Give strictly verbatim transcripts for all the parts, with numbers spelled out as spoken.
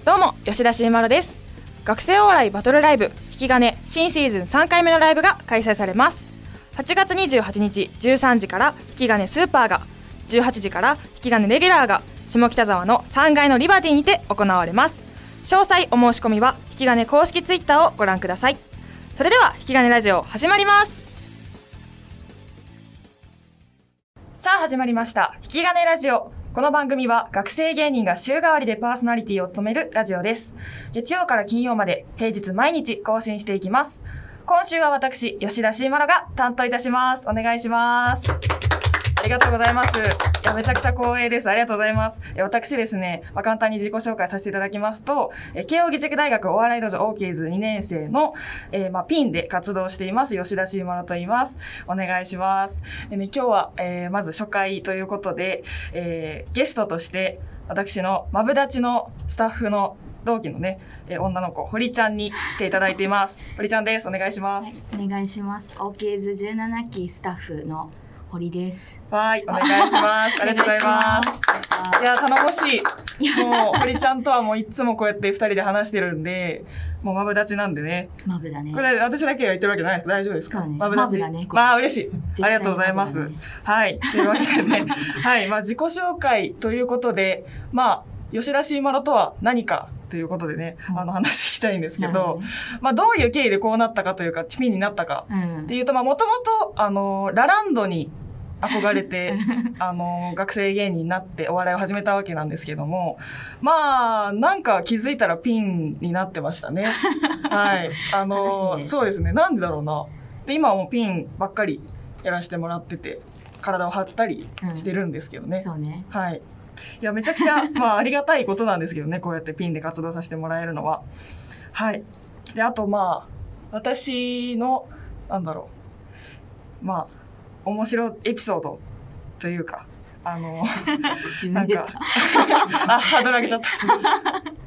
どうも吉田慎丸です。学生お笑いバトルライブ引き金新シーズンさんかいめのライブが開催されます。はちがつにじゅうはちにちじゅうさんじから引き金スーパーが、じゅうはちじから引き金レギュラーが下北沢のさんがいのリバティにて行われます。詳細お申し込みは引き金公式ツイッターをご覧ください。それでは引き金ラジオ始まります。さあ始まりました引き金ラジオ。この番組は学生芸人が週替わりでパーソナリティを務めるラジオです。月曜から金曜まで平日毎日更新していきます。今週は私吉田慎丸が担当いたします。お願いします。ありがとうございます。いやめちゃくちゃ光栄です。ありがとうございます。私ですね、まあ、簡単に自己紹介させていただきますと、慶應義塾大学お笑い道場オーケーズにねんせいの、えー、まあピンで活動しています吉田慎丸と言います。お願いします。でね、今日は、えー、まず初回ということで、えー、ゲストとして私のマブダチのスタッフの同期のね、えー、女の子堀ちゃんに来ていただいています。堀ちゃんです。お願いします。 はい、お願いします。オーケーズじゅうななきスタッフの堀です。 はい、お願いします。ありがとうございます。いや、頼もしい。もう、堀ちゃんとはもういつもこうやって二人で話してるんで、もうマブダチなんでね。 マブだね。 これ私だけが言ってるわけじゃないですか。大丈夫ですか？ そうね、 マブダチ。 マブだね。 まあ、嬉しい。ありがとうございます。 ね、 はい。というわけでね、はい。まあ、自己紹介ということで、まあ、吉田慎丸とは何かということでね、うん、あの話していきたいんですけど、ね、まあどういう経緯でこうなったかというか、ピンになったかっていうと、うん、まあもともと、あの、ラランドに憧れて、あの、学生芸人になってお笑いを始めたわけなんですけども、まあ、なんか気づいたらピンになってましたね。はい。あの、ね、そうですね。なんでだろうな。で、今はもうピンばっかりやらせてもらってて、体を張ったりしてるんですけどね。 うん、そうね。 はい。いや、めちゃくちゃ、まあ、ありがたいことなんですけどね、こうやってピンで活動させてもらえるのは。はい。で、あと、まあ、私の、なんだろう。まあ、面白いエピソードというか、あの、なんか、あ、ハードル上げちゃった。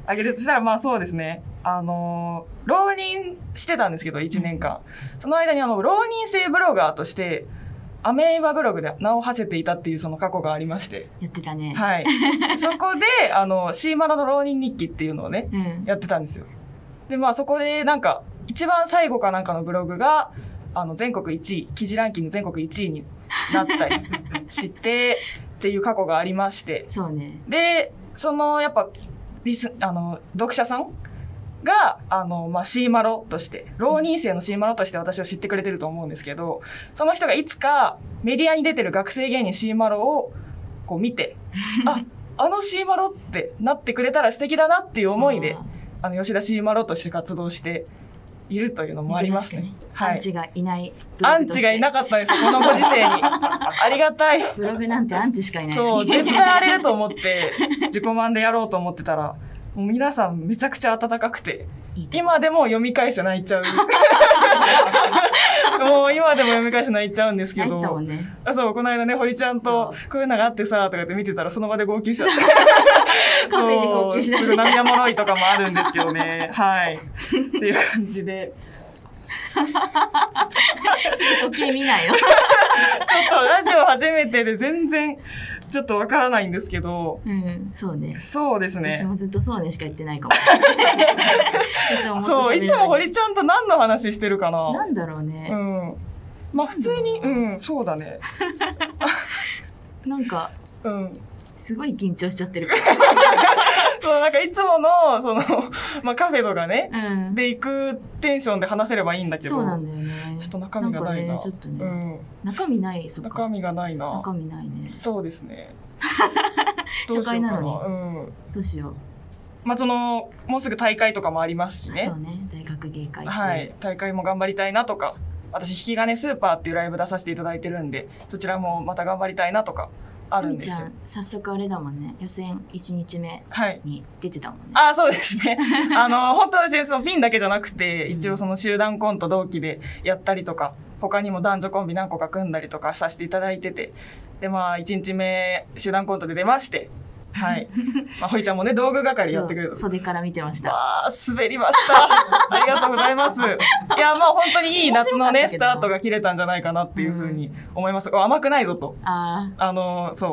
上げるとしたら、まあそうですね。あの、浪人してたんですけど、いちねんかん。その間に、あの、浪人生ブロガーとして、アメーバブログで名を馳せていたっていうその過去がありまして。 やってたね。 はい。そこで、あの、シーマラの浪人日記っていうのをね、うん、やってたんですよ。で、まあそこでなんか、一番最後かなんかのブログが、あの、全国いちい、記事ランキング全国いちいになったりしてっていう過去がありまして。 そうね。 で、その、やっぱ、リス、あの、読者さんが、あの、まあ、シーマロとして、浪人生のシーマロとして私を知ってくれてると思うんですけど、その人がいつかメディアに出てる学生芸人シーマロをこう見て、あ、あのシーマロってなってくれたら素敵だなっていう思いで、あの、吉田シーマロとして活動しているというのもありますね。 はい。アンチがいないブログ。アンチがいなかったんですよ、このご時世に。ありがたい。 ブログなんてアンチしかいない。 そう、絶対荒れると思って、自己満でやろうと思ってたら、もう皆さんめちゃくちゃ温かくて、いい今でも読み返して泣いちゃう。もう今でも読み返して泣いちゃうんですけど。 もんね、 あそう、この間ね、堀ちゃんとこういうのがあってさ、とかって見てたらその場で号泣しちゃった。 カフェで号泣しだして。 すぐ涙もろいとかもあるんですけどね。はい。っていう感じで。 すぐ時計見ないよ。ちょっとラジオ初めてで全然、ちょっとわからないんですけど。 うん、そうね。 そうですね。 私もずっとそうねしか言ってないかも。 そう、いつも堀ちゃんと何の話してるかな。 なんだろうね。 うん。まあ普通に、うん、そうだね。 なんか、 うん。 すごい緊張しちゃってる。 そう、なんかいつもの、その、まあカフェとかね、 うん、 で行くテンションで話せればいいんだけど。 そうなんだよね。 ちょっと中身がないな。 なんかね、ちょっとね。 うん、 中身ない、そっか。 中身がないな。 中身ないね。 そうですね。 初回なのに。 うん。 どうしよう。 まあその、もうすぐ大会とかもありますしね。 そうね、大学芸会。 はい。大会も頑張りたいなとか、私、引き金スーパーっていうライブ出させていただいてるんで、そちらもまた頑張りたいなとか。あるんですけど。 みちゃん、早速あれだもんね。予選いちにちめに出てたもんね。 はい、あ、そうですね。あの、本当はそのピンだけじゃなくて、一応その集団コント同期でやったりとか、他にも男女コンビ何個か組んだりとかさせていただいてて、で、まあ、いちにちめ集団コントで出まして、はい。まあ、堀ちゃんもね、道具係やってくれた。 袖から見てました。 わあ、滑りました。ありがとうございます。いや、まあ本当にいい夏のね、スタートが切れたんじゃないかなっていうふうに思います。甘くないぞと。 ああの、そ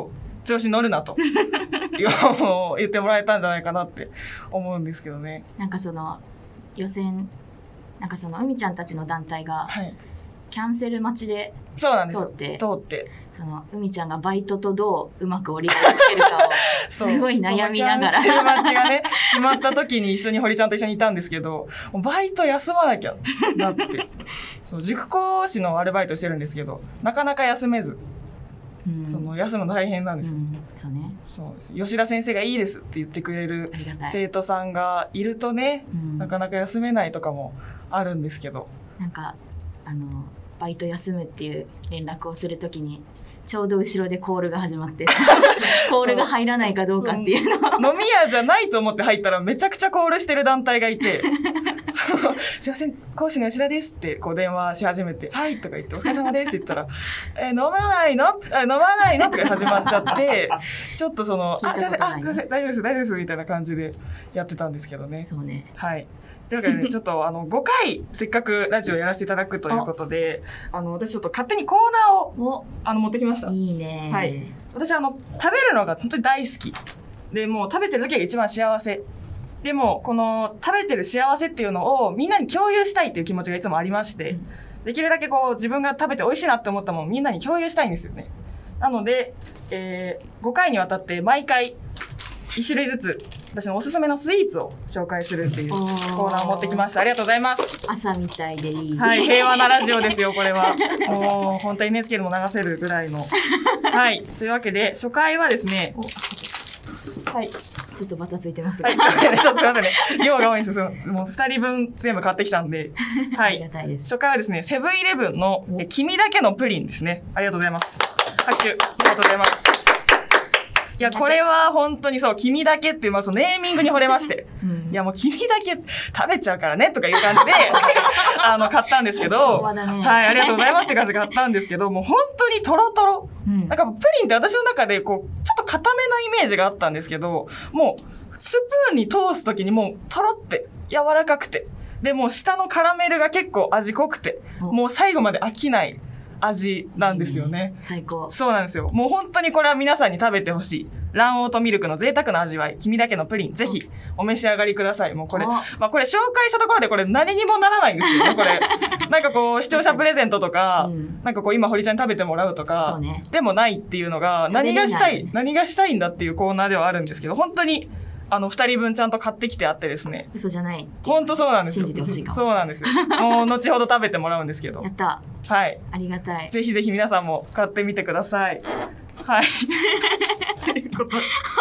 調子に乗るなと言ってもらえたんじゃないかなって思うんですけどね。 なんかその予選なんかその海ちゃんたちの団体がキャンセル待ちで通って通ってその海ちゃんがバイトとどううまく折り合いつけるかをすごい悩みながらキャンセル待ちがね決まった時に一緒に堀ちゃんと一緒にいたんですけど、バイト休まなきゃなってそう塾講師のアルバイトしてるんですけど、なかなか休めず、うん、その休むの大変なんですよ、うん、そうね、そうです。吉田先生がいいですって言ってくれる生徒さんがいるとね、うん、なかなか休めないとかもあるんですけど、 なんかあのバイト休むっていう連絡をするときにちょうど後ろでコールが始まってコールが入らないかどうかっていうのを飲み屋じゃないと思って入ったらめちゃくちゃコールしてる団体がいてそうすいません講師の吉田ですってこう電話し始めてはいとか言ってお疲れ様ですって言ったらえー、飲まないのあ飲まないのとか始まっちゃってちょっとそのあすいませんあすいません大丈夫です大丈夫ですみたいな感じでやってたんですけどね。 そうね、 はいというわけでね、ちょっとあのごかいせっかくラジオやらせていただくということで、あの私ちょっと勝手にコーナーをあの持ってきました。 いいね。 はい。私あの食べるのが本当に大好きで、もう食べてる時が一番幸せでもこの食べてる幸せっていうのをみんなに共有したいっていう気持ちがいつもありまして、うん、できるだけこう自分が食べて美味しいなって思ったものをみんなに共有したいんですよね。なので、えー、ごかいにわたって毎回いち種類ずつ私のおすすめのスイーツを紹介するっていうコーナーを持ってきました。ありがとうございます。 朝みたいでいい。 はい、平和なラジオですよ、これは。もう、本当に エヌエイチケー でも流せるぐらいの。はい、というわけで、初回はですね、 はい。ちょっとバタついてますが。はい、すいませんね、ちょっとすいませんね。量が多いんですよ。もうふたりぶん全部買ってきたんで。はい。 ありがたいです。 初回はですね、セブンイレブンの君だけのプリンですね。ありがとうございます。拍手、ありがとうございます。いや、これは本当にそう、君だけっていう、まあ、そのネーミングに惚れまして、うん、いや、もう君だけ食べちゃうからね、とかいう感じで、あの、買ったんですけど、 昭和だね、 はい、ありがとうございますって感じで買ったんですけど、もう本当にトロトロ。うん、なんか、プリンって私の中で、こう、ちょっと固めなイメージがあったんですけど、もう、スプーンに通すときにもう、トロって柔らかくて、で、もう下のカラメルが結構味濃くて、もう最後まで飽きない。味なんですよね。 いいね、最高。 そうなんですよ。もう本当にこれは皆さんに食べてほしい。卵黄とミルクの贅沢な味わい、君だけのプリン、ぜひお召し上がりください。もうこれ、まあこれ紹介したところでこれ何にもならないんですよね、これ。なんかこう視聴者プレゼントとか、うん、なんかこう今堀ちゃんに食べてもらうとか、ね、でもないっていうのが、何がしたい、何がしたいんだっていうコーナーではあるんですけど、本当にあの、二人分ちゃんと買ってきてあってですね。 嘘じゃない。 本当そうなんですよ。 信じてほしいかも。 そうなんですよ。もう、後ほど食べてもらうんですけど。 やった。 はい。 ありがたい。 ぜひぜひ皆さんも買ってみてください。はい。ということ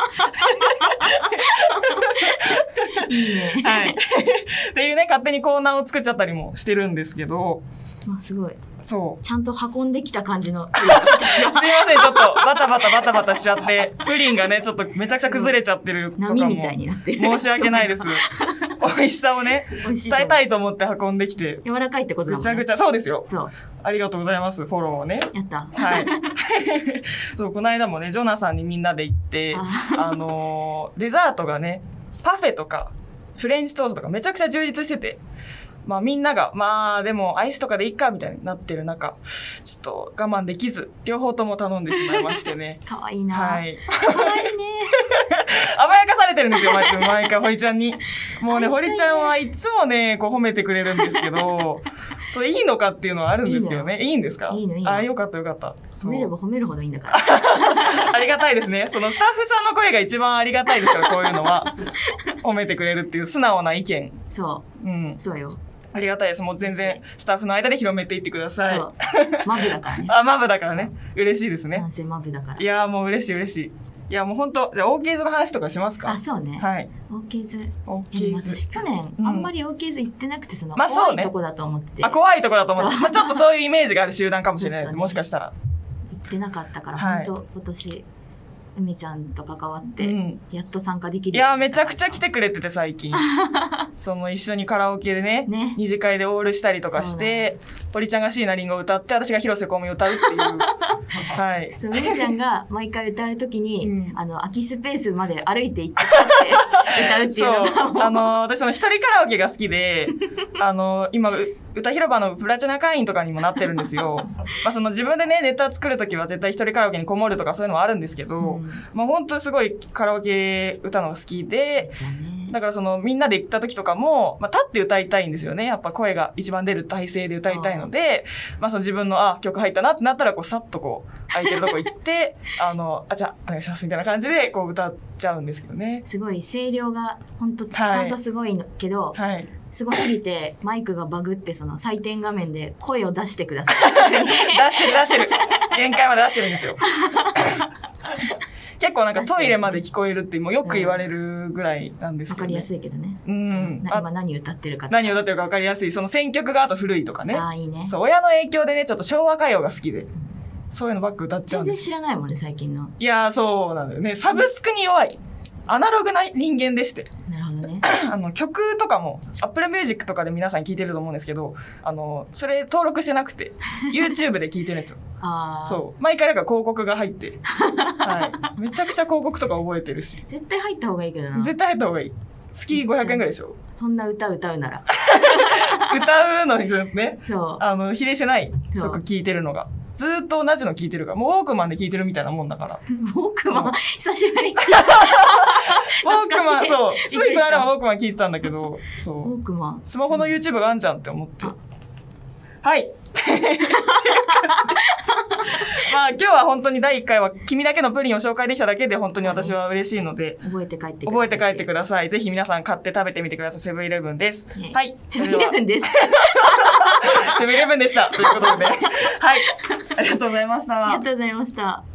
いいね。 はい。っていうね、勝手にコーナーを作っちゃったりもしてるんですけど。 あ、すごい。 そう。 ちゃんと運んできた感じの。 すいません、ちょっとバタバタバタバタしちゃって、プリンがね、ちょっとめちゃくちゃ崩れちゃってるとかも。 波みたいになってる。 申し訳ないです。美味しさをね、伝えたいと思って運んできて。 柔らかいってことだもんね。 めちゃくちゃ、そうですよ。 そう。 ありがとうございます、フォローをね。 やった。 はい。そう、この間もね、ジョナサンにみんなで行って、あ, あのー、デザートがね、パフェとか、フレンチトーストとかめちゃくちゃ充実してて、まあみんなが、まあでもアイスとかでいいかみたいになってる中、ちょっと我慢できず、両方とも頼んでしまいましてね。 かわいいな。 はい。 かわいいね。 甘やかされてるんですよ、毎回、毎回、堀ちゃんに。もうね、堀ちゃんはいつもね、こう褒めてくれるんですけど、それいいのかっていうのはあるんですけどね。いいんですか？ いいのいいの。 あ、よかったよかった。 褒めれば褒めるほどいいんだから。 ありがたいですね。そのスタッフさんの声が一番ありがたいですから、こういうのは。褒めてくれるっていう素直な意見。 そう。うん。そうよ。 ありがたいです。もう全然スタッフの間で広めていってください。 マブだからね。 あ、マブだからね。嬉しいですね。 男性マブだから。 いやーもう嬉しい嬉しい。いやもう本当じゃあオーケーズの話とかしますか？ あ、そうね。 はい。 オーケーズ。 オーケーズ。 私去年、うん、あんまりオーケーズ行ってなくて、その、 まあそうね、 怖いとこだと思ってて。 あ、怖いとこだと思って。まあちょっとそういうイメージがある集団かもしれないです。ね、もしかしたら。 行ってなかったから、はい、本当今年。梅ちゃんと関わって、うん、やっと参加できる。 いやーめちゃくちゃ来てくれてて最近。その一緒にカラオケでね、ね二次会でオールしたりとかして、堀ちゃんが椎名林檎を歌って、私が広瀬香美を歌うっていう。はい。 そう、梅ちゃんが毎回歌うときに、うん、あの、空きスペースまで歩いて行ってって歌うっていうのがそう。あのー、私その一人カラオケが好きで、あのー、今、 歌広場のプラチナ会員とかにもなってるんですよ。まあその自分でねネタ作るときは絶対一人カラオケにこもるとかそういうのはあるんですけど、うん、まあ本当にすごいカラオケ歌のが好きで、だからそのみんなで行った時とかも、まあ、立って歌いたいんですよね。やっぱ声が一番出る体勢で歌いたいので、あまあその自分のあ曲入ったなってなったらこうさっとこう空いてるとこ行ってあのあじゃあお願いしますみたいな感じでこう歌っちゃうんですけどね。 すごい声量が本当ちゃんとすごいのけど、はい、すごすぎてマイクがバグってその採点画面で声を出してください。 出してる出してる限界まで出してるんですよ。結構なんかトイレまで聞こえるってもうよく言われるぐらいなんですけど、ね、 わかりやすいけどね。 うん。 今何歌ってるか何歌ってるかわかりやすい。その選曲があと古いとかね。 ああいいね。 そう親の影響でねちょっと昭和歌謡が好きで、そういうのばっか歌っちゃうんです。 全然知らないもんね最近の。 いやーそうなんだよね。サブスクに弱い。アナログな人間でして。 なるほどね。 あの曲とかも Apple Music とかで皆さん聴いてると思うんですけど、あのそれ登録してなくて YouTube で聴いてるんですよ。あそう毎回だから広告が入って、はい、めちゃくちゃ広告とか覚えてるし。 絶対入った方がいいけどな。 絶対入った方がいい。月ごひゃくえんぐらいでしょ。 そんな歌歌うなら。 歌うのにずっとね、 そうあの比例してない曲聴いてるのが。ずーっと同じの聴いてるから、もうウォークマンで聴いてるみたいなもんだから。 ウォークマン、久しぶりに聞いた。 ウォークマン、そう。ついこの間もウォークマン聴いてたんだけど、そう。 ウォークマン。 スマホの YouTube があんじゃんって思って。はい。まあ今日は本当にだいいっかいは君だけのプリンを紹介できただけで本当に私は嬉しいので、 覚えて帰ってください。 覚えて帰ってください。ぜひ皆さん買って食べてみてください。セブンイレブンです。はい。 セブンイレブンです。 セブンイレブンでした。ということで、はい。ありがとうございました。 ありがとうございました。